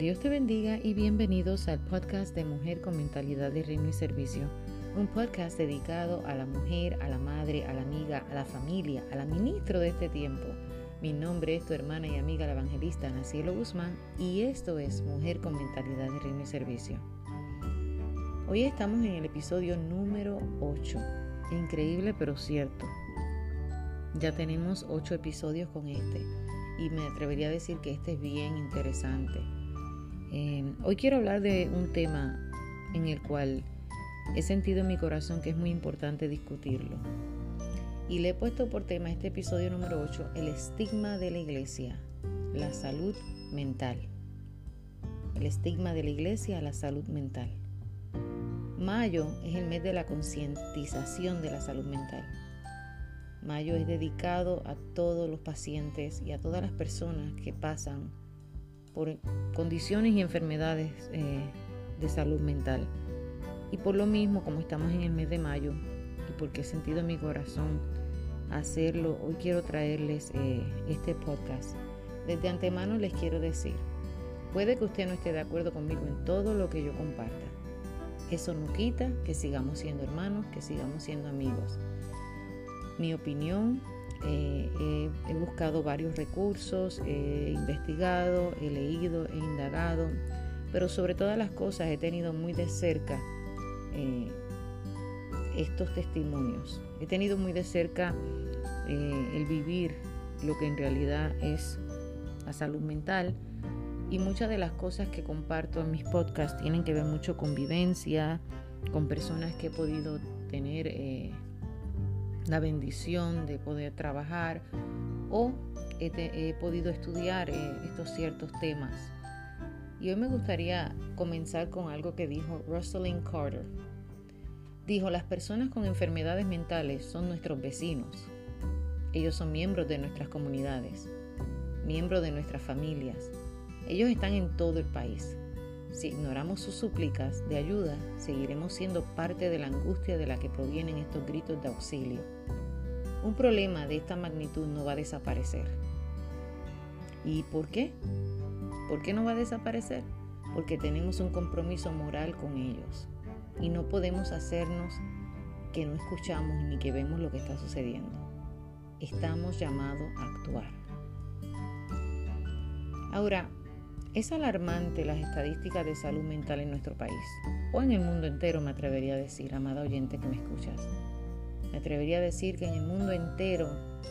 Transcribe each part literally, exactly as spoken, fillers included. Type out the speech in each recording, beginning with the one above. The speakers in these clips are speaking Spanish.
Dios te bendiga y bienvenidos al podcast de Mujer con Mentalidad de Reino y Servicio, un podcast dedicado a la mujer, a la madre, a la amiga, a la familia, a la ministro de este tiempo. Mi nombre es tu hermana y amiga la evangelista Ana Cielo Guzmán y esto es Mujer con Mentalidad de Reino y Servicio. Hoy estamos en el episodio número ocho, increíble pero cierto. Ya tenemos ocho episodios con este y me atrevería a decir que este es bien interesante. Eh, hoy quiero hablar de un tema en el cual he sentido en mi corazón que es muy importante discutirlo. Y le he puesto por tema este episodio número ocho, el estigma de la iglesia, la salud mental. El estigma de la iglesia, la salud mental. Mayo es el mes de la concientización de la salud mental. Mayo es dedicado a todos los pacientes y a todas las personas que pasan por condiciones y enfermedades eh, de salud mental. Y por lo mismo, como estamos en el mes de mayo y porque he sentido en mi corazón hacerlo, hoy quiero traerles eh, este podcast. Desde antemano les quiero decir, puede que usted no esté de acuerdo conmigo en todo lo que yo comparta. Eso no quita que sigamos siendo hermanos, que sigamos siendo amigos. Mi opinión, eh, eh, he buscado varios recursos, he investigado, he leído, he indagado, pero sobre todas las cosas he tenido muy de cerca eh, estos testimonios. He tenido muy de cerca eh, el vivir lo que en realidad es la salud mental, y muchas de las cosas que comparto en mis podcasts tienen que ver mucho con vivencia, con personas que he podido tener eh, la bendición de poder trabajar o he, te, he podido estudiar eh, estos ciertos temas. Y hoy me gustaría comenzar con algo que dijo Rosalind Carter. Dijo, las personas con enfermedades mentales son nuestros vecinos. Ellos son miembros de nuestras comunidades, miembros de nuestras familias. Ellos están en todo el país. Si ignoramos sus súplicas de ayuda, seguiremos siendo parte de la angustia de la que provienen estos gritos de auxilio. Un problema de esta magnitud no va a desaparecer. ¿Y por qué? ¿Por qué no va a desaparecer? Porque tenemos un compromiso moral con ellos y no podemos hacernos que no escuchamos ni que vemos lo que está sucediendo. Estamos llamados a actuar. Ahora, es alarmante las estadísticas de salud mental en nuestro país, o en el mundo entero, me atrevería a decir, amada oyente que me escuchas. Me atrevería a decir que en el mundo entero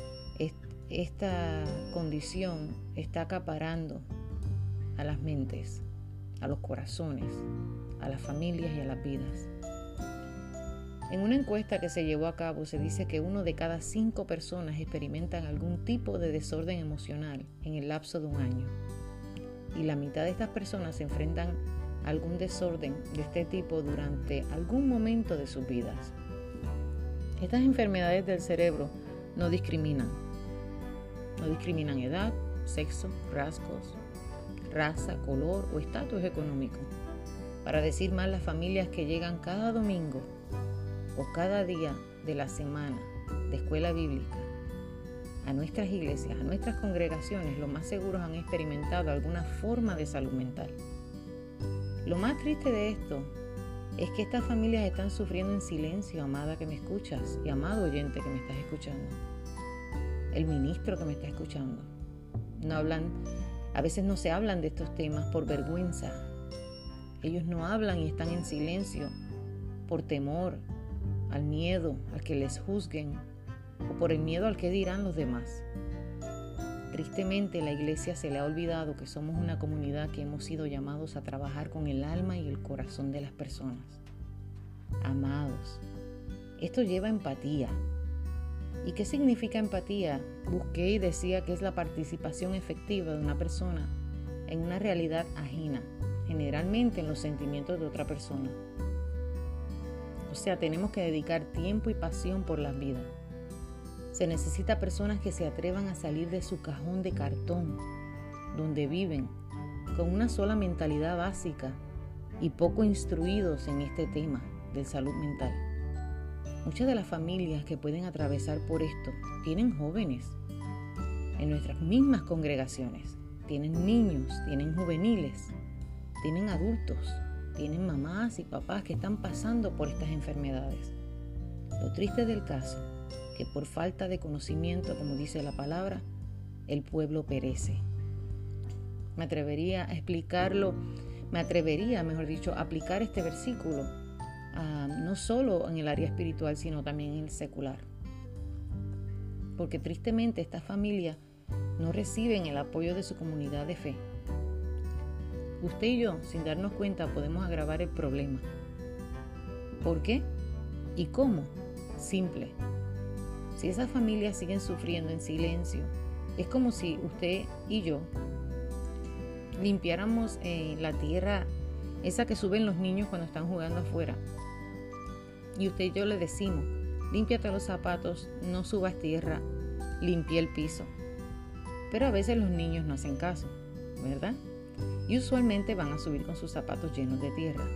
esta condición está acaparando a las mentes, a los corazones, a las familias y a las vidas. En una encuesta que se llevó a cabo se dice que uno de cada cinco personas experimentan algún tipo de desorden emocional en el lapso de un año. Y la mitad de estas personas se enfrentan a algún desorden de este tipo durante algún momento de sus vidas. Estas enfermedades del cerebro no discriminan. No discriminan edad, sexo, rasgos, raza, color o estatus económico. Para decir más, las familias que llegan cada domingo o cada día de la semana de escuela bíblica a nuestras iglesias, a nuestras congregaciones, lo más seguros han experimentado alguna forma de salud mental. Lo más triste de esto es que estas familias están sufriendo en silencio, amada que me escuchas y amado oyente que me estás escuchando. El ministro que me está escuchando. No hablan, a veces no se hablan de estos temas por vergüenza. Ellos no hablan y están en silencio por temor al miedo, al que les juzguen, o por el miedo al que dirán los demás. Tristemente, la iglesia se le ha olvidado que somos una comunidad que hemos sido llamados a trabajar con el alma y el corazón de las personas. Amados, esto lleva empatía. ¿Y qué significa empatía? Busqué y decía que es la participación efectiva de una persona en una realidad ajena, generalmente en los sentimientos de otra persona. O sea, tenemos que dedicar tiempo y pasión por las vidas. Se necesita personas que se atrevan a salir de su cajón de cartón, donde viven, con una sola mentalidad básica y poco instruidos en este tema de salud mental. Muchas de las familias que pueden atravesar por esto tienen jóvenes en nuestras mismas congregaciones, tienen niños, tienen juveniles, tienen adultos, tienen mamás y papás que están pasando por estas enfermedades. Lo triste del caso, que por falta de conocimiento, como dice la palabra, el pueblo perece. Me atrevería a explicarlo, me atrevería, mejor dicho, a aplicar este versículo, uh, no solo en el área espiritual, sino también en el secular. Porque tristemente estas familias no reciben el apoyo de su comunidad de fe. Usted y yo, sin darnos cuenta, podemos agravar el problema. ¿Por qué? ¿Y cómo? Simple. Si esas familias siguen sufriendo en silencio, es como si usted y yo limpiáramos eh, la tierra, esa que suben los niños cuando están jugando afuera. Y usted y yo le decimos, límpiate los zapatos, no subas tierra, limpia el piso. Pero a veces los niños no hacen caso, ¿verdad? Y usualmente van a subir con sus zapatos llenos de tierra.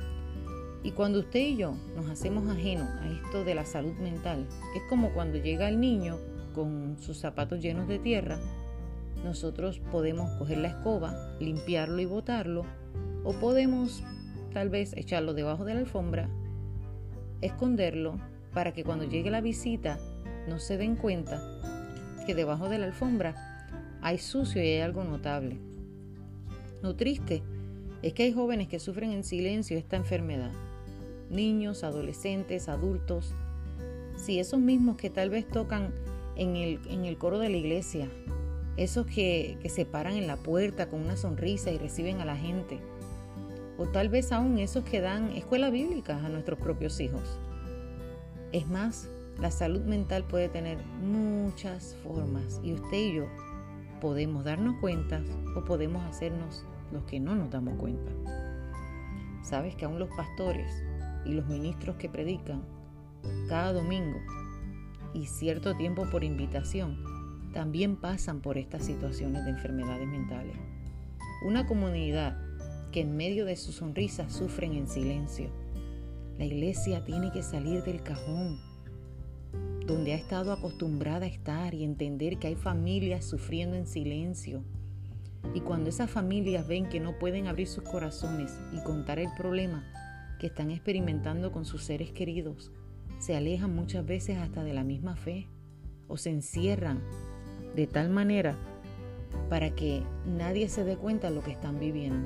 Y cuando usted y yo nos hacemos ajenos a esto de la salud mental, es como cuando llega el niño con sus zapatos llenos de tierra. Nosotros podemos coger la escoba, limpiarlo y botarlo, o podemos tal vez echarlo debajo de la alfombra, esconderlo para que cuando llegue la visita no se den cuenta que debajo de la alfombra hay sucio y hay algo notable. Lo triste es que hay jóvenes que sufren en silencio esta enfermedad. Niños, adolescentes, adultos. Sí, esos mismos que tal vez tocan en el, en el coro de la iglesia. Esos que, que se paran en la puerta con una sonrisa y reciben a la gente. O tal vez aún esos que dan escuela bíblica a nuestros propios hijos. Es más, la salud mental puede tener muchas formas y usted y yo podemos darnos cuenta o podemos hacernos los que no nos damos cuenta. Sabes que aún los pastores y los ministros que predican cada domingo y cierto tiempo por invitación también pasan por estas situaciones de enfermedades mentales. Una comunidad que en medio de su sonrisa sufren en silencio. La iglesia tiene que salir del cajón donde ha estado acostumbrada a estar y entender que hay familias sufriendo en silencio. Y cuando esas familias ven que no pueden abrir sus corazones y contar el problema que están experimentando con sus seres queridos, se alejan muchas veces hasta de la misma fe o se encierran de tal manera para que nadie se dé cuenta de lo que están viviendo.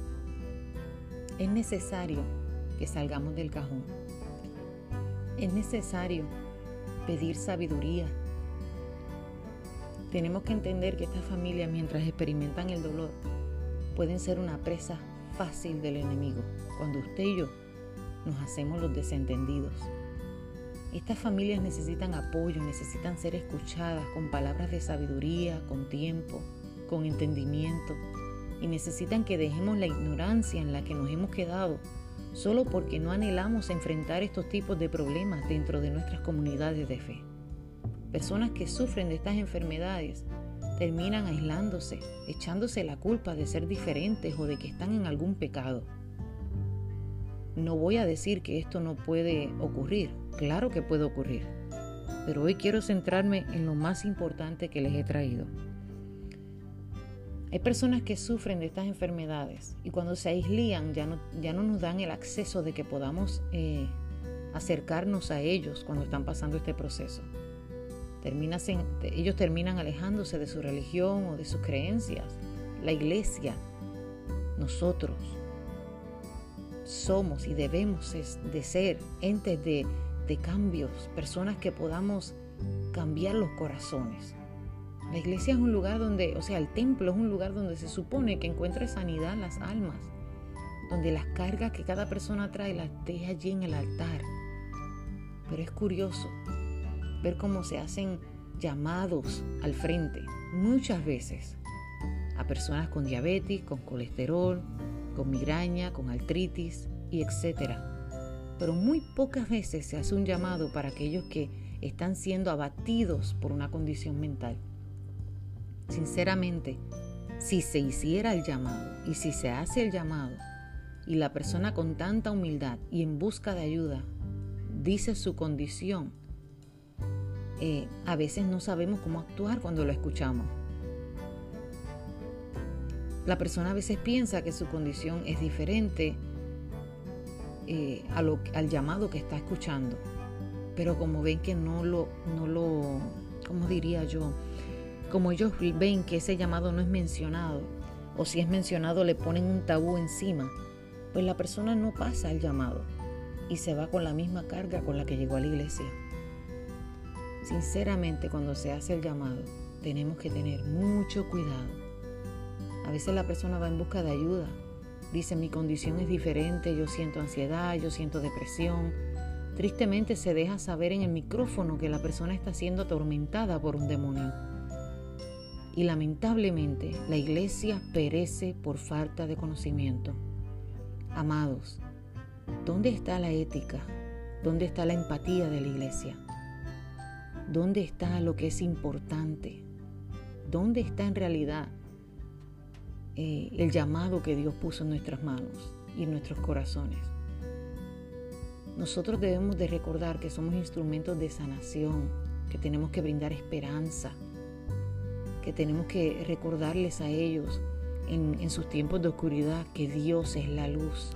Es necesario que salgamos del cajón. Es necesario pedir sabiduría. Tenemos que entender que estas familias, mientras experimentan el dolor, pueden ser una presa fácil del enemigo cuando usted y yo nos hacemos los desentendidos. Estas familias necesitan apoyo, necesitan ser escuchadas con palabras de sabiduría, con tiempo, con entendimiento, y necesitan que dejemos la ignorancia en la que nos hemos quedado solo porque no anhelamos enfrentar estos tipos de problemas dentro de nuestras comunidades de fe. Personas que sufren de estas enfermedades terminan aislándose, echándose la culpa de ser diferentes o de que están en algún pecado. No voy a decir que esto no puede ocurrir, claro que puede ocurrir, pero hoy quiero centrarme en lo más importante que les he traído. Hay personas que sufren de estas enfermedades y cuando se aíslan ya no, ya no nos dan el acceso de que podamos eh, acercarnos a ellos cuando están pasando este proceso. Terminan, ellos terminan alejándose de su religión o de sus creencias. La iglesia, nosotros, somos y debemos de ser entes de, de cambios, personas que podamos cambiar los corazones. La iglesia es un lugar donde, o sea, el templo es un lugar donde se supone que encuentra sanidad en las almas, donde las cargas que cada persona trae las deja allí en el altar. Pero es curioso ver cómo se hacen llamados al frente, muchas veces, a personas con diabetes, con colesterol, con migraña, con artritis y etcétera. Pero muy pocas veces se hace un llamado para aquellos que están siendo abatidos por una condición mental. Sinceramente, si se hiciera el llamado y si se hace el llamado y la persona con tanta humildad y en busca de ayuda dice su condición, eh, a veces no sabemos cómo actuar cuando lo escuchamos. La persona a veces piensa que su condición es diferente eh, a lo, al llamado que está escuchando. Pero como ven que no lo, no lo, ¿cómo diría yo? Como ellos ven que ese llamado no es mencionado, o si es mencionado le ponen un tabú encima, pues la persona no pasa el llamado y se va con la misma carga con la que llegó a la iglesia. Sinceramente, cuando se hace el llamado, tenemos que tener mucho cuidado. A veces la persona va en busca de ayuda. Dice, mi condición es diferente, yo siento ansiedad, yo siento depresión. Tristemente se deja saber en el micrófono que la persona está siendo atormentada por un demonio. Y lamentablemente la iglesia perece por falta de conocimiento. Amados, ¿dónde está la ética? ¿Dónde está la empatía de la iglesia? ¿Dónde está lo que es importante? ¿Dónde está en realidad eh, el llamado que Dios puso en nuestras manos y en nuestros corazones? Nosotros debemos de recordar que somos instrumentos de sanación, que tenemos que brindar esperanza, que tenemos que recordarles a ellos en, en sus tiempos de oscuridad que Dios es la luz.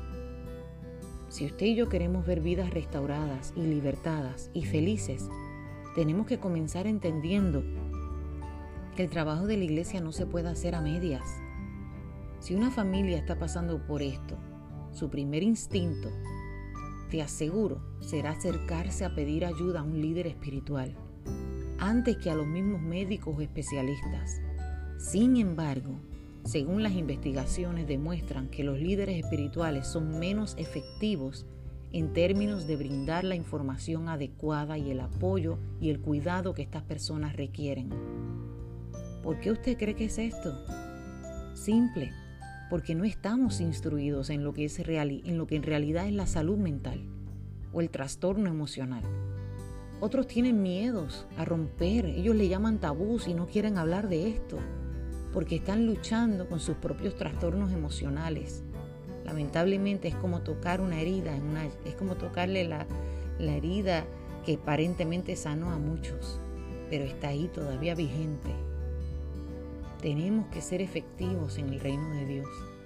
Si usted y yo queremos ver vidas restauradas y libertadas y felices, tenemos que comenzar entendiendo que el trabajo de la iglesia no se puede hacer a medias. Si una familia está pasando por esto, su primer instinto, te aseguro, será acercarse a pedir ayuda a un líder espiritual, antes que a los mismos médicos o especialistas. Sin embargo, según las investigaciones demuestran que los líderes espirituales son menos efectivos en términos de brindar la información adecuada y el apoyo y el cuidado que estas personas requieren. ¿Por qué usted cree que es esto? Simple, porque no estamos instruidos en lo que es real, en lo que en realidad es la salud mental o el trastorno emocional. Otros tienen miedos a romper, ellos le llaman tabús y no quieren hablar de esto, porque están luchando con sus propios trastornos emocionales. Lamentablemente es como tocar una herida, en una, es como tocarle la, la herida que aparentemente sanó a muchos, pero está ahí todavía vigente. Tenemos que ser efectivos en el reino de Dios.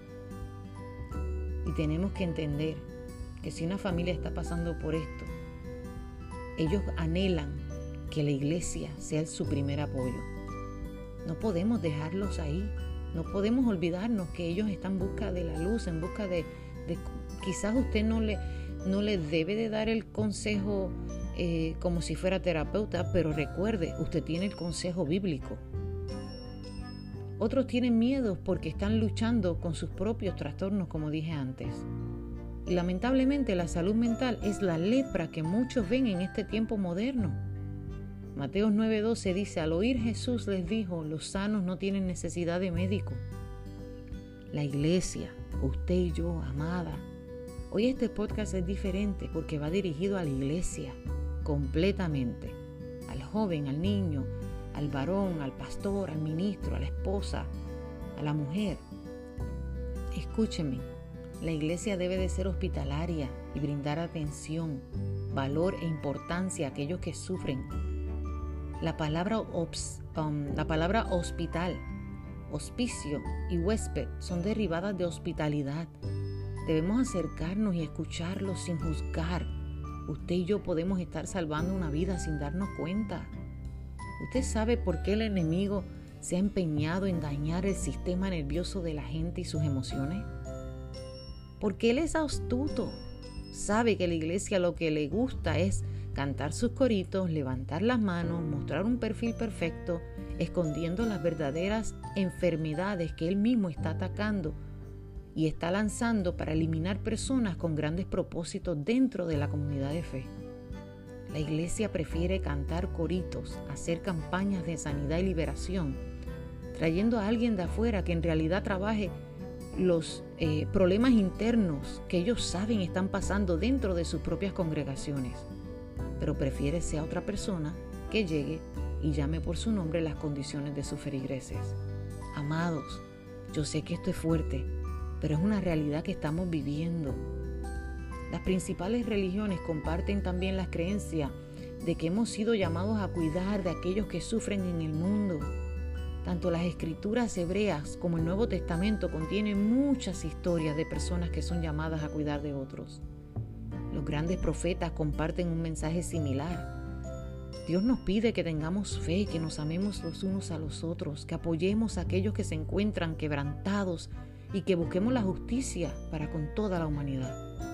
Y tenemos que entender que si una familia está pasando por esto, ellos anhelan que la iglesia sea su primer apoyo. No podemos dejarlos ahí. No podemos olvidarnos que ellos están en busca de la luz, en busca de... de quizás usted no le, no le debe de dar el consejo eh, como si fuera terapeuta, pero recuerde, usted tiene el consejo bíblico. Otros tienen miedo porque están luchando con sus propios trastornos, como dije antes. Y lamentablemente la salud mental es la lepra que muchos ven en este tiempo moderno. Mateo nueve doce dice, al oír Jesús les dijo, los sanos no tienen necesidad de médico. La iglesia, usted y yo, amada. Hoy este podcast es diferente porque va dirigido a la iglesia completamente. Al joven, al niño, al varón, al pastor, al ministro, a la esposa, a la mujer. Escúcheme, la iglesia debe de ser hospitalaria y brindar atención, valor e importancia a aquellos que sufren. La palabra, obs, um, la palabra hospital, hospicio y huésped son derivadas de hospitalidad. Debemos acercarnos y escucharlos sin juzgar. Usted y yo podemos estar salvando una vida sin darnos cuenta. ¿Usted sabe por qué el enemigo se ha empeñado en dañar el sistema nervioso de la gente y sus emociones? Porque él es astuto. Sabe que la iglesia lo que le gusta es cantar sus coritos, levantar las manos, mostrar un perfil perfecto, escondiendo las verdaderas enfermedades que él mismo está atacando y está lanzando para eliminar personas con grandes propósitos dentro de la comunidad de fe. La iglesia prefiere cantar coritos, hacer campañas de sanidad y liberación, trayendo a alguien de afuera que en realidad trabaje los eh, problemas internos que ellos saben están pasando dentro de sus propias congregaciones. Pero prefiere sea otra persona que llegue y llame por su nombre las condiciones de sus feligreses. Amados, yo sé que esto es fuerte, pero es una realidad que estamos viviendo. Las principales religiones comparten también las creencias de que hemos sido llamados a cuidar de aquellos que sufren en el mundo. Tanto las escrituras hebreas como el Nuevo Testamento contienen muchas historias de personas que son llamadas a cuidar de otros. Los grandes profetas comparten un mensaje similar. Dios nos pide que tengamos fe, que nos amemos los unos a los otros, que apoyemos a aquellos que se encuentran quebrantados y que busquemos la justicia para con toda la humanidad.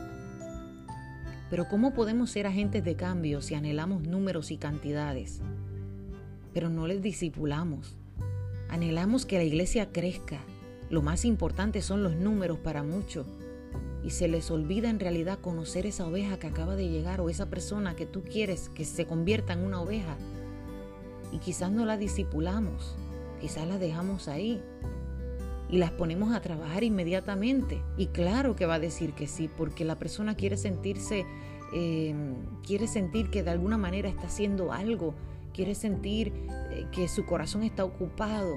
Pero ¿cómo podemos ser agentes de cambio si anhelamos números y cantidades, pero no les discipulamos? Anhelamos que la iglesia crezca. Lo más importante son los números para muchos. Y se les olvida en realidad conocer esa oveja que acaba de llegar o esa persona que tú quieres que se convierta en una oveja. Y quizás no la discipulamos, quizás la dejamos ahí y las ponemos a trabajar inmediatamente. Y claro que va a decir que sí, porque la persona quiere sentirse, eh, quiere sentir que de alguna manera está haciendo algo, quiere sentir eh, que su corazón está ocupado.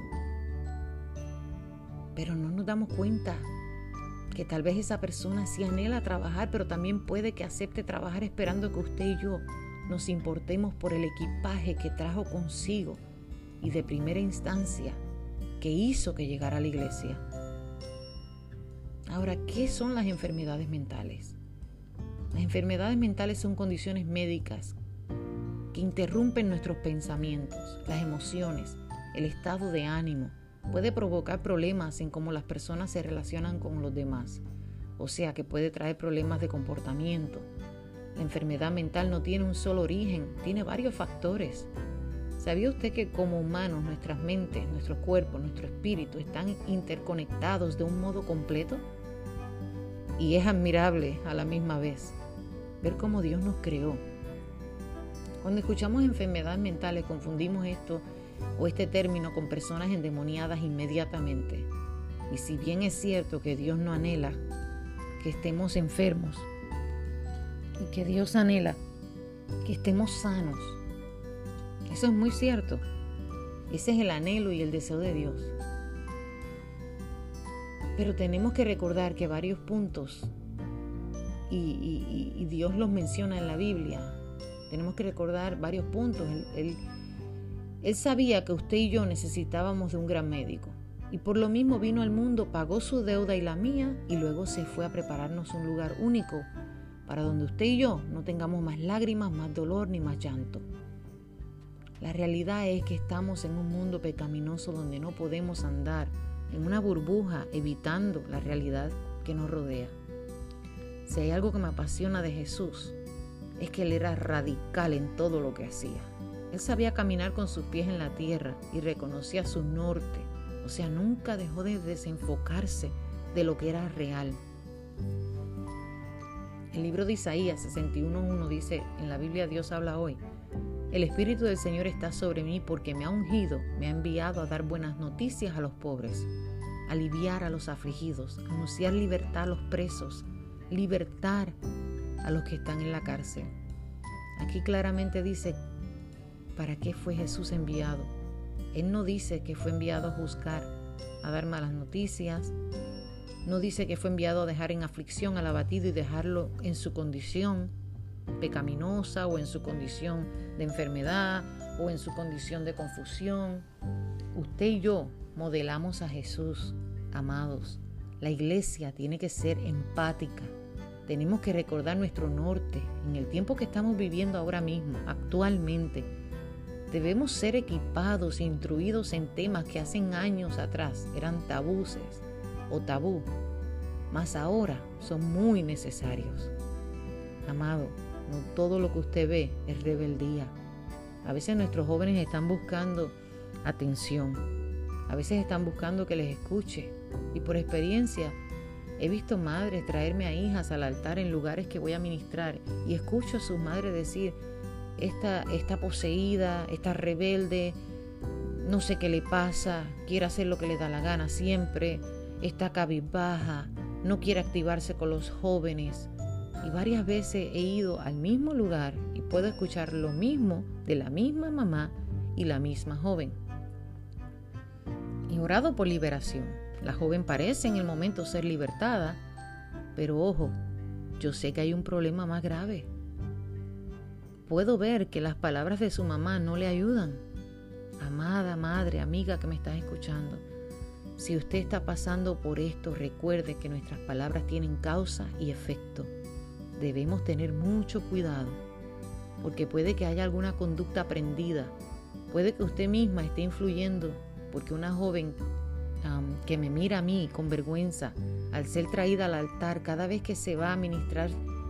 Pero no nos damos cuenta que tal vez esa persona sí anhela trabajar, pero también puede que acepte trabajar esperando que usted y yo nos importemos por el equipaje que trajo consigo y de primera instancia que hizo que llegara a la iglesia. Ahora, ¿qué son las enfermedades mentales? Las enfermedades mentales son condiciones médicas que interrumpen nuestros pensamientos, las emociones, el estado de ánimo. Puede provocar problemas en cómo las personas se relacionan con los demás, o sea que puede traer problemas de comportamiento. La enfermedad mental no tiene un solo origen, tiene varios factores. ¿Sabía usted que como humanos nuestras mentes, nuestro cuerpo, nuestro espíritu están interconectados de un modo completo? Y es admirable a la misma vez ver cómo Dios nos creó. Cuando escuchamos enfermedades mentales confundimos esto o este término con personas endemoniadas inmediatamente. Y si bien es cierto que Dios no anhela que estemos enfermos y que Dios anhela que estemos sanos, eso es muy cierto. Ese es el anhelo y el deseo de Dios. Pero tenemos que recordar que varios puntos, y, y, y Dios los menciona en la Biblia, tenemos que recordar varios puntos. Él, él, él sabía que usted y yo necesitábamos de un gran médico. Y por lo mismo vino al mundo, pagó su deuda y la mía, y luego se fue a prepararnos un lugar único para donde usted y yo no tengamos más lágrimas, más dolor ni más llanto. La realidad es que estamos en un mundo pecaminoso donde no podemos andar en una burbuja evitando la realidad que nos rodea. Si hay algo que me apasiona de Jesús, es que Él era radical en todo lo que hacía. Él sabía caminar con sus pies en la tierra y reconocía su norte. O sea, nunca dejó de desenfocarse de lo que era real. El libro de Isaías sesenta y uno uno dice, en la Biblia Dios habla hoy: el Espíritu del Señor está sobre mí porque me ha ungido, me ha enviado a dar buenas noticias a los pobres, aliviar a los afligidos, anunciar libertad a los presos, libertar a los que están en la cárcel. Aquí claramente dice para qué fue Jesús enviado. Él no dice que fue enviado a juzgar, a dar malas noticias. No dice que fue enviado a dejar en aflicción al abatido y dejarlo en su condición pecaminosa o en su condición de enfermedad o en su condición de confusión. Usted y yo modelamos a Jesús, amados. La iglesia tiene que ser empática. Tenemos que recordar nuestro norte en el tiempo que estamos viviendo ahora mismo, actualmente. Debemos ser equipados e instruidos en temas que hace años atrás eran tabuces o tabú, mas ahora son muy necesarios. Amado, no todo lo que usted ve es rebeldía. A veces nuestros jóvenes están buscando atención, a veces están buscando que les escuche, y por experiencia he visto madres traerme a hijas al altar en lugares que voy a ministrar y escucho a sus madres decir: esta está poseída, está rebelde, no sé qué le pasa, quiere hacer lo que le da la gana siempre, está cabizbaja, no quiere activarse con los jóvenes. Y varias veces he ido al mismo lugar y puedo escuchar lo mismo de la misma mamá y la misma joven. He orado por liberación. La joven parece en el momento ser libertada, pero ojo, yo sé que hay un problema más grave. Puedo ver que las palabras de su mamá no le ayudan. amada madre, amiga que me estás escuchando, si usted está pasando por esto, recuerde que nuestras palabras tienen causa y efecto. Debemos tener mucho cuidado, porque puede que haya alguna conducta aprendida, puede que usted misma esté influyendo, porque una joven um, que me mira a mí con vergüenza, al ser traída al altar, cada vez que se va a ministrar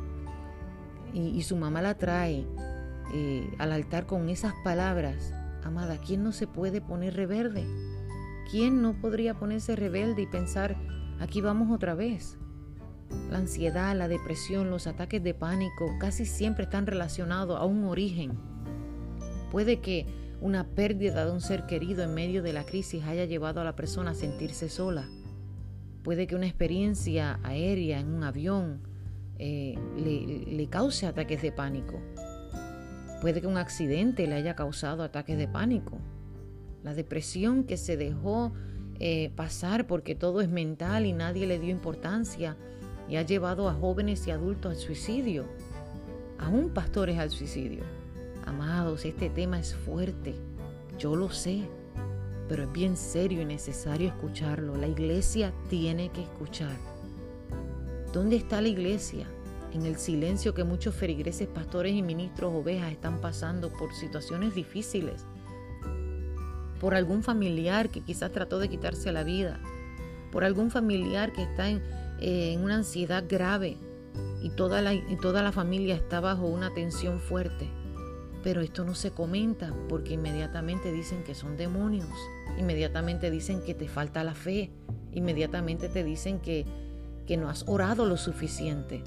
y, y su mamá la trae eh, al altar con esas palabras, amada, ¿quién no se puede poner rebelde? ¿Quién no podría ponerse rebelde y pensar, aquí vamos otra vez? La ansiedad, la depresión, los ataques de pánico casi siempre están relacionados a un origen. Puede que una pérdida de un ser querido en medio de la crisis haya llevado a la persona a sentirse sola. Puede que una experiencia aérea en un avión eh, le, le cause ataques de pánico. Puede que un accidente le haya causado ataques de pánico. La depresión que se dejó eh, pasar porque todo es mental y nadie le dio importancia y ha llevado a jóvenes y adultos al suicidio, aún pastores al suicidio. Amados, este tema es fuerte, yo lo sé, pero es bien serio y necesario escucharlo. La iglesia tiene que escuchar. ¿Dónde está la iglesia? En el silencio que muchos feligreses, pastores y ministros ovejas están pasando por situaciones difíciles, por algún familiar que quizás trató de quitarse la vida, por algún familiar que está en, eh, en una ansiedad grave y toda, la, y toda la familia está bajo una tensión fuerte. Pero esto no se comenta porque inmediatamente dicen que son demonios, inmediatamente dicen que te falta la fe, inmediatamente te dicen que, que no has orado lo suficiente.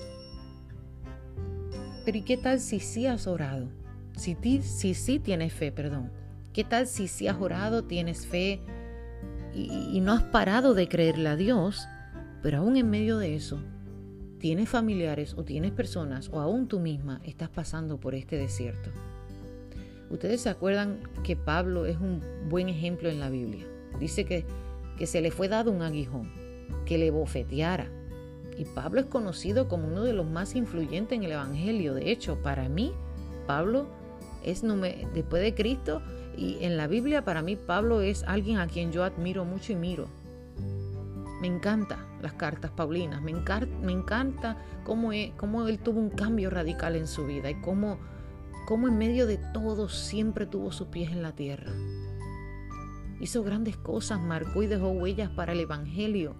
Pero ¿y qué tal si sí has orado? Si sí si, si tienes fe, perdón. ¿Qué tal si sí has orado, tienes fe y, y no has parado de creerle a Dios, pero aún en medio de eso, tienes familiares o tienes personas o aún tú misma estás pasando por este desierto? Ustedes se acuerdan que Pablo es un buen ejemplo en la Biblia. Dice que, que se le fue dado un aguijón, que le bofeteara. Y Pablo es conocido como uno de los más influyentes en el Evangelio. De hecho, para mí, Pablo es después de Cristo y en la Biblia, para mí Pablo es alguien a quien yo admiro mucho y miro. Me encantan las cartas paulinas, me encanta, me encanta cómo, es, cómo él tuvo un cambio radical en su vida y cómo, cómo en medio de todo siempre tuvo sus pies en la tierra. Hizo grandes cosas, marcó y dejó huellas para el Evangelio.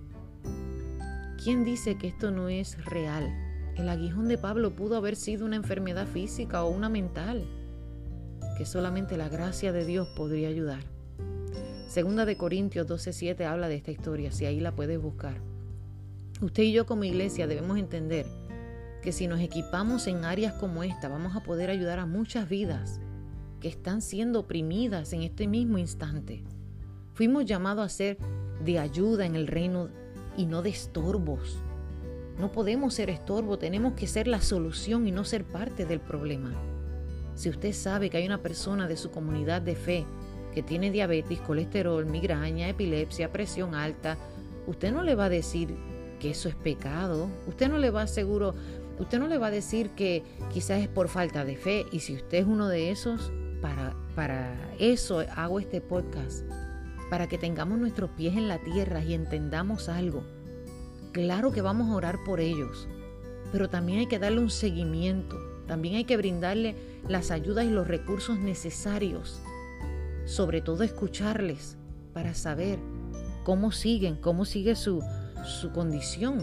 ¿Quién dice que esto no es real? El aguijón de Pablo pudo haber sido una enfermedad física o una mental, que solamente la gracia de Dios podría ayudar. Segunda de Corintios doce siete habla de esta historia, si ahí la puedes buscar. Usted y yo como iglesia debemos entender que si nos equipamos en áreas como esta, vamos a poder ayudar a muchas vidas que están siendo oprimidas en este mismo instante. Fuimos llamados a ser de ayuda en el reino y no de estorbos. No podemos ser estorbo, tenemos que ser la solución y no ser parte del problema. Si usted sabe que hay una persona de su comunidad de fe que tiene diabetes, colesterol, migraña, epilepsia, presión alta, usted no le va a decir que eso es pecado. Usted no le va a seguro, usted no le va a decir que quizás es por falta de fe. Y si usted es uno de esos, para, para eso hago este podcast, para que tengamos nuestros pies en la tierra y entendamos algo. Claro que vamos a orar por ellos, pero también hay que darle un seguimiento. También hay que brindarle las ayudas y los recursos necesarios. Sobre todo escucharles para saber cómo siguen, cómo sigue su, su condición.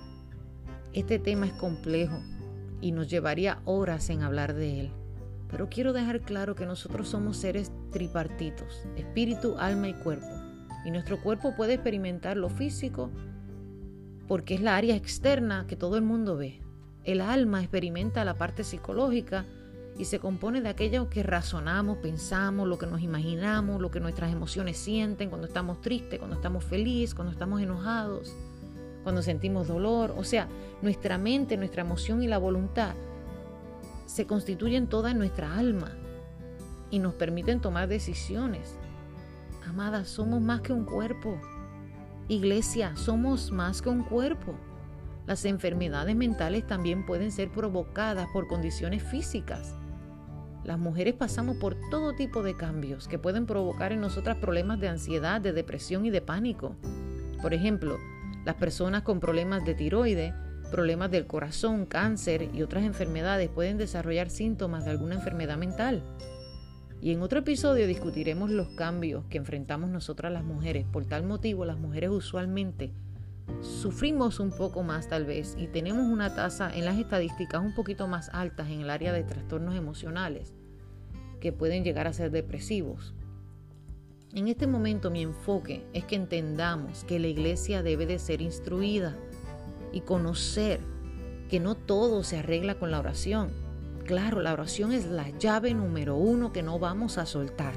Este tema es complejo y nos llevaría horas en hablar de él. Pero quiero dejar claro que nosotros somos seres tripartitos, espíritu, alma y cuerpo. Y nuestro cuerpo puede experimentar lo físico porque es la área externa que todo el mundo ve. El alma experimenta la parte psicológica y se compone de aquello que razonamos, pensamos, lo que nos imaginamos, lo que nuestras emociones sienten cuando estamos tristes, cuando estamos felices, cuando estamos enojados, cuando sentimos dolor. O sea, nuestra mente, nuestra emoción y la voluntad se constituyen toda en nuestra alma y nos permiten tomar decisiones. Amadas, somos más que un cuerpo. Iglesia, somos más que un cuerpo. Las enfermedades mentales también pueden ser provocadas por condiciones físicas. Las mujeres pasamos por todo tipo de cambios que pueden provocar en nosotras problemas de ansiedad, de depresión y de pánico. Por ejemplo, las personas con problemas de tiroides, problemas del corazón, cáncer y otras enfermedades pueden desarrollar síntomas de alguna enfermedad mental. Y en otro episodio discutiremos los cambios que enfrentamos nosotras las mujeres. Por tal motivo, las mujeres usualmente sufrimos un poco más tal vez y tenemos una tasa en las estadísticas un poquito más altas en el área de trastornos emocionales que pueden llegar a ser depresivos. En este momento mi enfoque es que entendamos que la iglesia debe de ser instruida y conocer que no todo se arregla con la oración. Claro, la oración es la llave número uno que no vamos a soltar.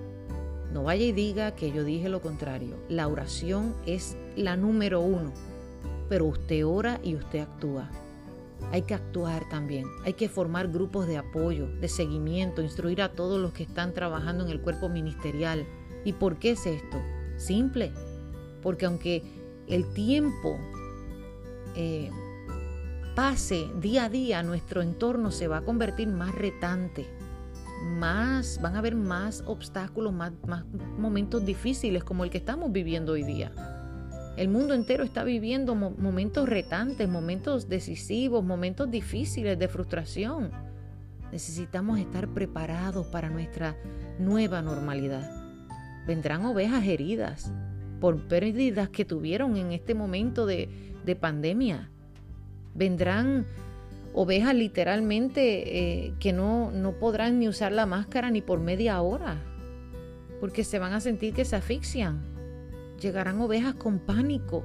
No vaya y diga que yo dije lo contrario. La oración es la número uno, pero usted ora y usted actúa. Hay que actuar también. Hay que formar grupos de apoyo, de seguimiento, instruir a todos los que están trabajando en el cuerpo ministerial. ¿Y por qué es esto? Simple, porque aunque el tiempo eh, pase día a día, nuestro entorno se va a convertir más retante. Más, van a haber más obstáculos, más, más momentos difíciles como el que estamos viviendo hoy día. El mundo entero está viviendo mo- momentos retantes, momentos decisivos, momentos difíciles de frustración. Necesitamos estar preparados para nuestra nueva normalidad. Vendrán ovejas heridas por pérdidas que tuvieron en este momento de, de pandemia. Vendrán ovejas literalmente eh, que no, no podrán ni usar la máscara ni por media hora, porque se van a sentir que se asfixian. Llegarán ovejas con pánico,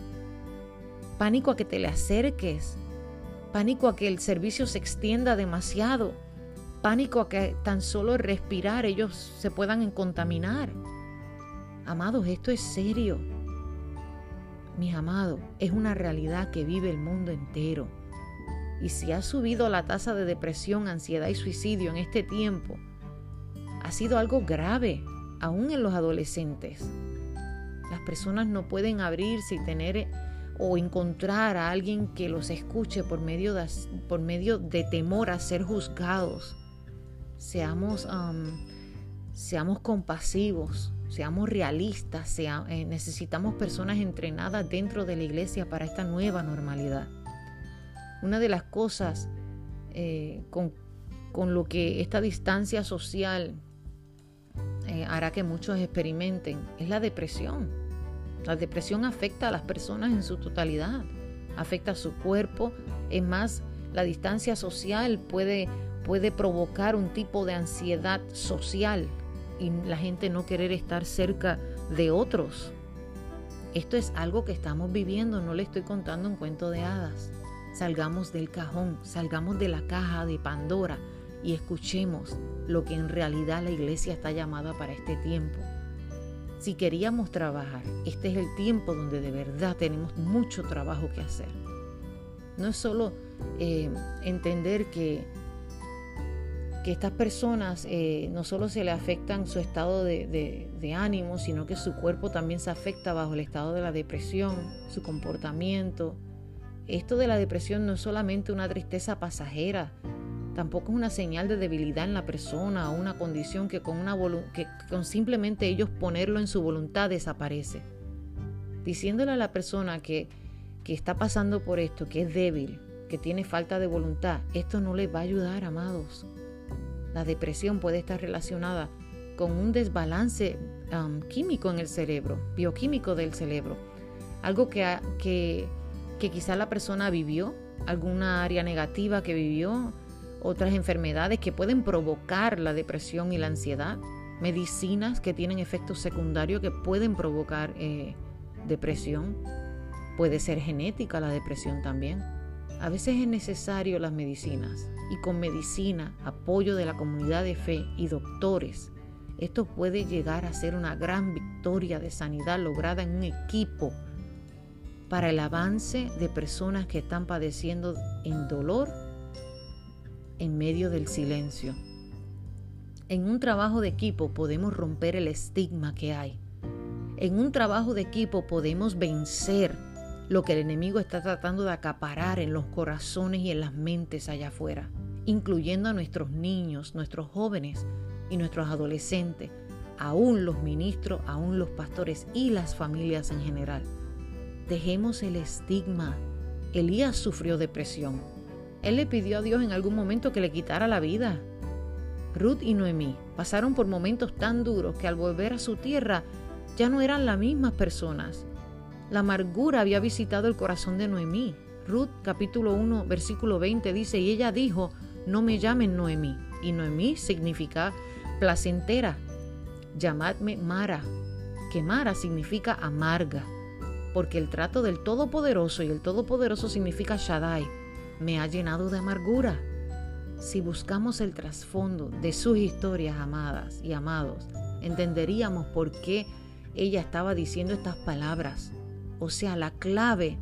pánico a que te le acerques, pánico a que el servicio se extienda demasiado, pánico a que tan solo respirar ellos se puedan contaminar. Amados, esto es serio. Mis amados, es una realidad que vive el mundo entero. Y si ha subido la tasa de depresión, ansiedad y suicidio en este tiempo, ha sido algo grave, aún en los adolescentes. Las personas no pueden abrirse y tener o encontrar a alguien que los escuche por medio de, por medio de temor a ser juzgados. Seamos, um, seamos compasivos, seamos realistas, sea, eh, necesitamos personas entrenadas dentro de la iglesia para esta nueva normalidad. Una de las cosas eh, con, con lo que esta distancia social eh, hará que muchos experimenten es la depresión. La depresión afecta a las personas en su totalidad, afecta a su cuerpo. Es más, la distancia social puede, puede provocar un tipo de ansiedad social y la gente no querer estar cerca de otros. Esto es algo que estamos viviendo, no le estoy contando un cuento de hadas. Salgamos del cajón, salgamos de la caja de Pandora y escuchemos lo que en realidad la iglesia está llamada para este tiempo. Si queríamos trabajar, este es el tiempo donde de verdad tenemos mucho trabajo que hacer. No es solo eh, entender que, que estas personas eh, no solo se le afectan su estado de, de, de ánimo, sino que su cuerpo también se afecta bajo el estado de la depresión, su comportamiento. Esto de la depresión no es solamente una tristeza pasajera, tampoco es una señal de debilidad en la persona o una condición que con, una volu- que con simplemente ellos ponerlo en su voluntad desaparece. Diciéndole a la persona que, que está pasando por esto, que es débil, que tiene falta de voluntad, esto no les va a ayudar, amados. La depresión puede estar relacionada con un desbalance um, químico en el cerebro, bioquímico del cerebro, algo que, ha, que que quizá la persona vivió, alguna área negativa que vivió, otras enfermedades que pueden provocar la depresión y la ansiedad, medicinas que tienen efectos secundarios que pueden provocar eh, depresión. Puede ser genética la depresión también. A veces es necesario las medicinas y con medicina, apoyo de la comunidad de fe y doctores, esto puede llegar a ser una gran victoria de sanidad lograda en un equipo para el avance de personas que están padeciendo en dolor en medio del silencio. En un trabajo de equipo podemos romper el estigma que hay. En un trabajo de equipo podemos vencer lo que el enemigo está tratando de acaparar en los corazones y en las mentes allá afuera. incluyendo a nuestros niños, nuestros jóvenes y nuestros adolescentes, aún los ministros, aún los pastores y las familias en general. Dejemos el estigma. Elías sufrió depresión. Él le pidió a Dios en algún momento que le quitara la vida. Ruth y Noemí pasaron por momentos tan duros que al volver a su tierra ya no eran las mismas personas. La amargura había visitado el corazón de Noemí. Ruth capítulo uno versículo veinte dice: y ella dijo, no me llamen Noemí. Y Noemí significa placentera. Llamadme Mara, que Mara significa amarga, porque el trato del Todopoderoso, y el Todopoderoso significa Shaddai, me ha llenado de amargura. Si buscamos el trasfondo de sus historias, amadas y amados, entenderíamos por qué ella estaba diciendo estas palabras. O sea, la clave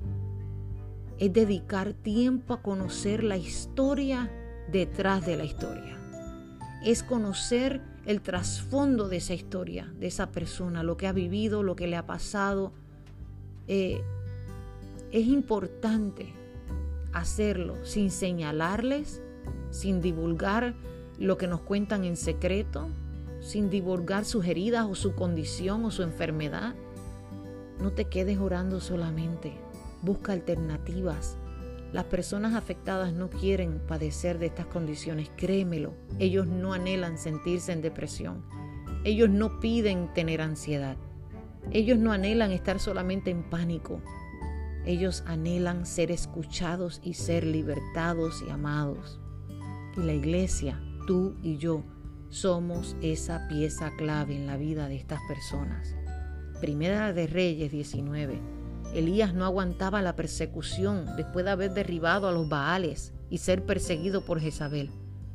es dedicar tiempo a conocer la historia detrás de la historia. Es conocer el trasfondo de esa historia, de esa persona, lo que ha vivido, lo que le ha pasado. Eh, es importante hacerlo sin señalarles, sin divulgar lo que nos cuentan en secreto, sin divulgar sus heridas o su condición o su enfermedad. No te quedes orando solamente, busca alternativas. Las personas afectadas no quieren padecer de estas condiciones, créemelo. Ellos no anhelan sentirse en depresión. Ellos no piden tener ansiedad. Ellos no anhelan estar solamente en pánico. Ellos anhelan ser escuchados y ser libertados y amados. Y la iglesia, tú y yo, somos esa pieza clave en la vida de estas personas. Primera de Reyes diecinueve. Elías no aguantaba la persecución después de haber derribado a los Baales y ser perseguido por Jezabel.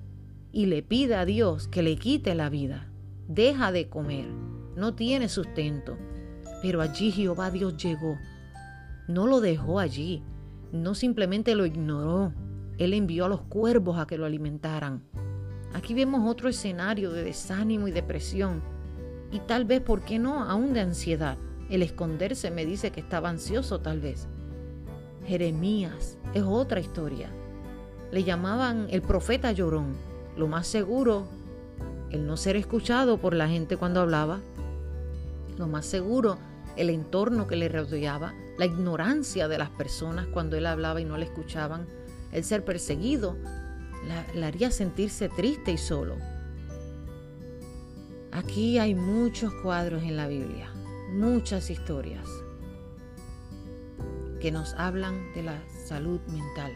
Y le pide a Dios que le quite la vida. Deja de comer, no tiene sustento. Pero allí Jehová Dios llegó. No lo dejó allí, no simplemente lo ignoró. Él envió a los cuervos a que lo alimentaran. Aquí vemos otro escenario de desánimo y depresión. Y tal vez, ¿por qué no?, aún de ansiedad. El esconderse me dice que estaba ansioso tal vez. Jeremías es otra historia. Le llamaban el profeta llorón. Lo más seguro, el no ser escuchado por la gente cuando hablaba. Lo más seguro, el entorno que le rodeaba. La ignorancia de las personas cuando él hablaba y no le escuchaban. El ser perseguido la, la haría sentirse triste y solo. Aquí hay muchos cuadros en la Biblia, muchas historias que nos hablan de la salud mental.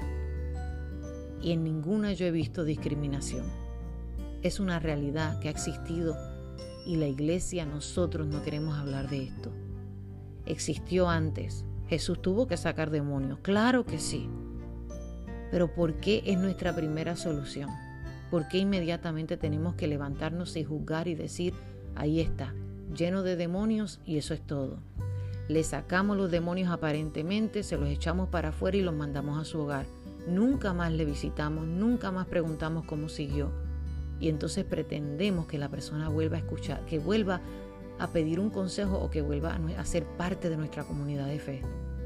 Y en ninguna yo he visto discriminación. Es una realidad que ha existido y la iglesia, nosotros no queremos hablar de esto. Existió antes. Jesús tuvo que sacar demonios, claro que sí. Pero ¿por qué es nuestra primera solución? ¿Por qué inmediatamente tenemos que levantarnos y juzgar y decir, ahí está, lleno de demonios y eso es todo? Le sacamos los demonios aparentemente, se los echamos para afuera y los mandamos a su hogar. Nunca más le visitamos, nunca más preguntamos cómo siguió. Y entonces pretendemos que la persona vuelva a escuchar, que vuelva a pedir un consejo o que vuelva a ser parte de nuestra comunidad de fe.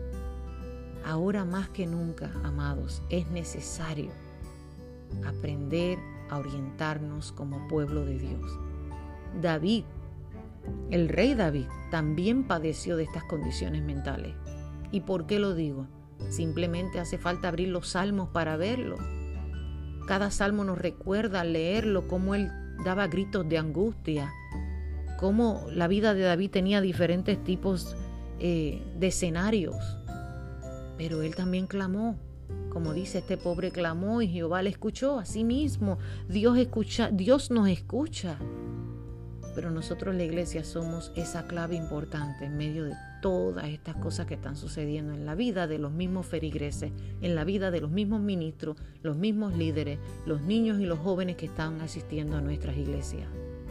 Ahora más que nunca, amados, es necesario aprender a orientarnos como pueblo de Dios. David, el rey David, también padeció de estas condiciones mentales. ¿Y por qué lo digo? Simplemente hace falta abrir los salmos para verlo. Cada salmo nos recuerda al leerlo cómo él daba gritos de angustia, cómo la vida de David tenía diferentes tipos eh, de escenarios. Pero él también clamó. Como dice, este pobre clamó y Jehová le escuchó. Así mismo, Dios escucha, Dios nos escucha. Pero nosotros, la iglesia, somos esa clave importante en medio de todas estas cosas que están sucediendo en la vida de los mismos feligreses, en la vida de los mismos ministros, los mismos líderes, los niños y los jóvenes que están asistiendo a nuestras iglesias.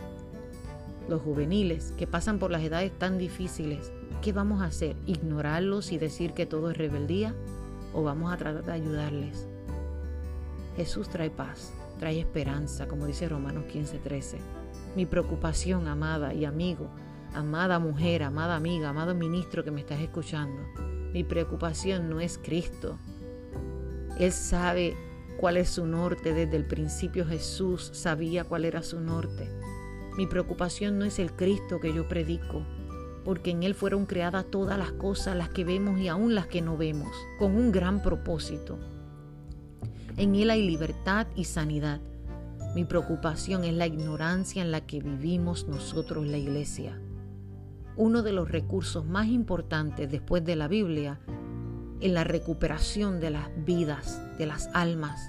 Los juveniles que pasan por las edades tan difíciles, ¿qué vamos a hacer? ¿Ignorarlos y decir que todo es rebeldía? ¿O vamos a tratar de ayudarles? Jesús trae paz, trae esperanza, como dice Romanos quince trece. Mi preocupación, amada y amigo, amada mujer, amada amiga, amado ministro que me estás escuchando, mi preocupación no es Cristo. Él sabe cuál es su norte. Desde el principio Jesús sabía cuál era su norte. Mi preocupación no es el Cristo que yo predico, porque en Él fueron creadas todas las cosas, las que vemos y aún las que no vemos, con un gran propósito. En Él hay libertad y sanidad. Mi preocupación es la ignorancia en la que vivimos nosotros, la iglesia. Uno de los recursos más importantes después de la Biblia en la recuperación de las vidas, de las almas,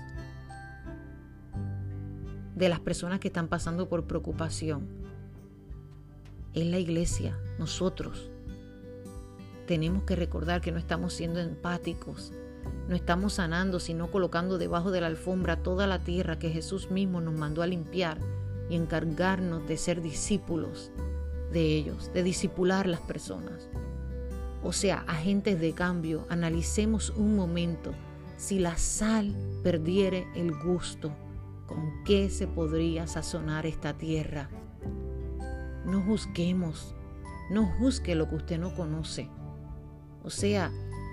de las personas que están pasando por preocupación, es la iglesia. Nosotros tenemos que recordar que no estamos siendo empáticos, no estamos sanando, sino colocando debajo de la alfombra toda la tierra que Jesús mismo nos mandó a limpiar y encargarnos de ser discípulos de ellos, de discipular las personas. O sea, agentes de cambio. Analicemos un momento. Si la sal perdiere el gusto, ¿con qué se podría sazonar esta tierra? No juzguemos, no juzgue lo que usted no conoce. O sea,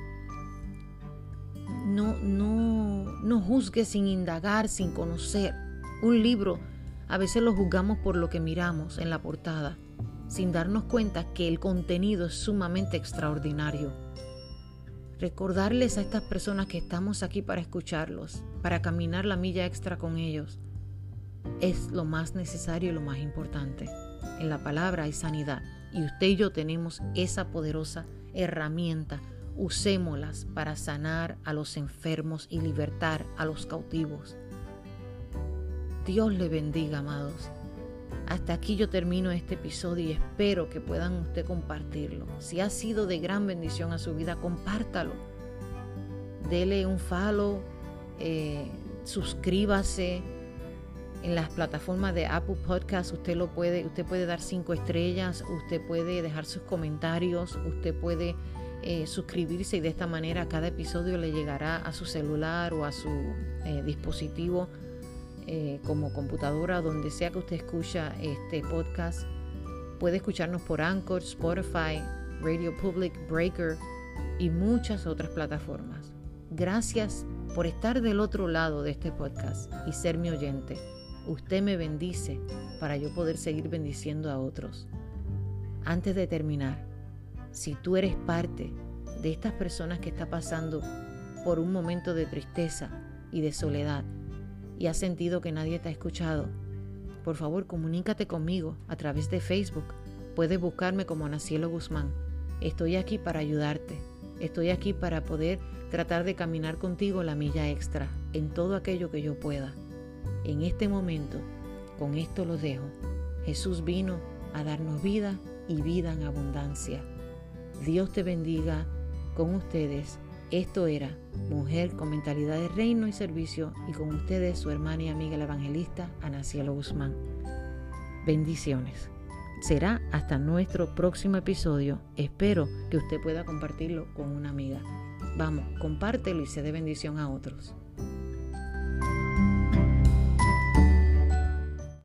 no, no, no juzgue sin indagar, sin conocer. Un libro, a veces lo juzgamos por lo que miramos en la portada, sin darnos cuenta que el contenido es sumamente extraordinario. Recordarles a estas personas que estamos aquí para escucharlos, para caminar la milla extra con ellos, es lo más necesario y lo más importante. En la palabra hay sanidad y usted y yo tenemos esa poderosa herramienta. Usémoslas para sanar a los enfermos y libertar a los cautivos. Dios le bendiga, amados. Hasta aquí yo termino este episodio y espero que puedan usted compartirlo. Si ha sido de gran bendición a su vida, compártalo. Dele un follow, eh, suscríbase. En las plataformas de Apple Podcasts usted lo puede, usted puede dar cinco estrellas, usted puede dejar sus comentarios, usted puede eh, suscribirse y de esta manera cada episodio le llegará a su celular o a su eh, dispositivo eh, como computadora, donde sea que usted escucha este podcast. Puede escucharnos por Anchor, Spotify, Radio Public, Breaker y muchas otras plataformas. Gracias por estar del otro lado de este podcast y ser mi oyente. Usted me bendice para yo poder seguir bendiciendo a otros. Antes de terminar, si tú eres parte de estas personas que está pasando por un momento de tristeza y de soledad y has sentido que nadie te ha escuchado, por favor comunícate conmigo a través de Facebook. Puedes buscarme como Ana Cielo Guzmán. Estoy aquí para ayudarte. Estoy aquí para poder tratar de caminar contigo la milla extra en todo aquello que yo pueda. En este momento, con esto los dejo. Jesús vino a darnos vida y vida en abundancia. Dios te bendiga. Con ustedes, esto era Mujer con Mentalidad de Reino y Servicio, y con ustedes su hermana y amiga la evangelista Ana Cielo Guzmán. Bendiciones. Será hasta nuestro próximo episodio. Espero que usted pueda compartirlo con una amiga. Vamos, compártelo y sé de bendición a otros.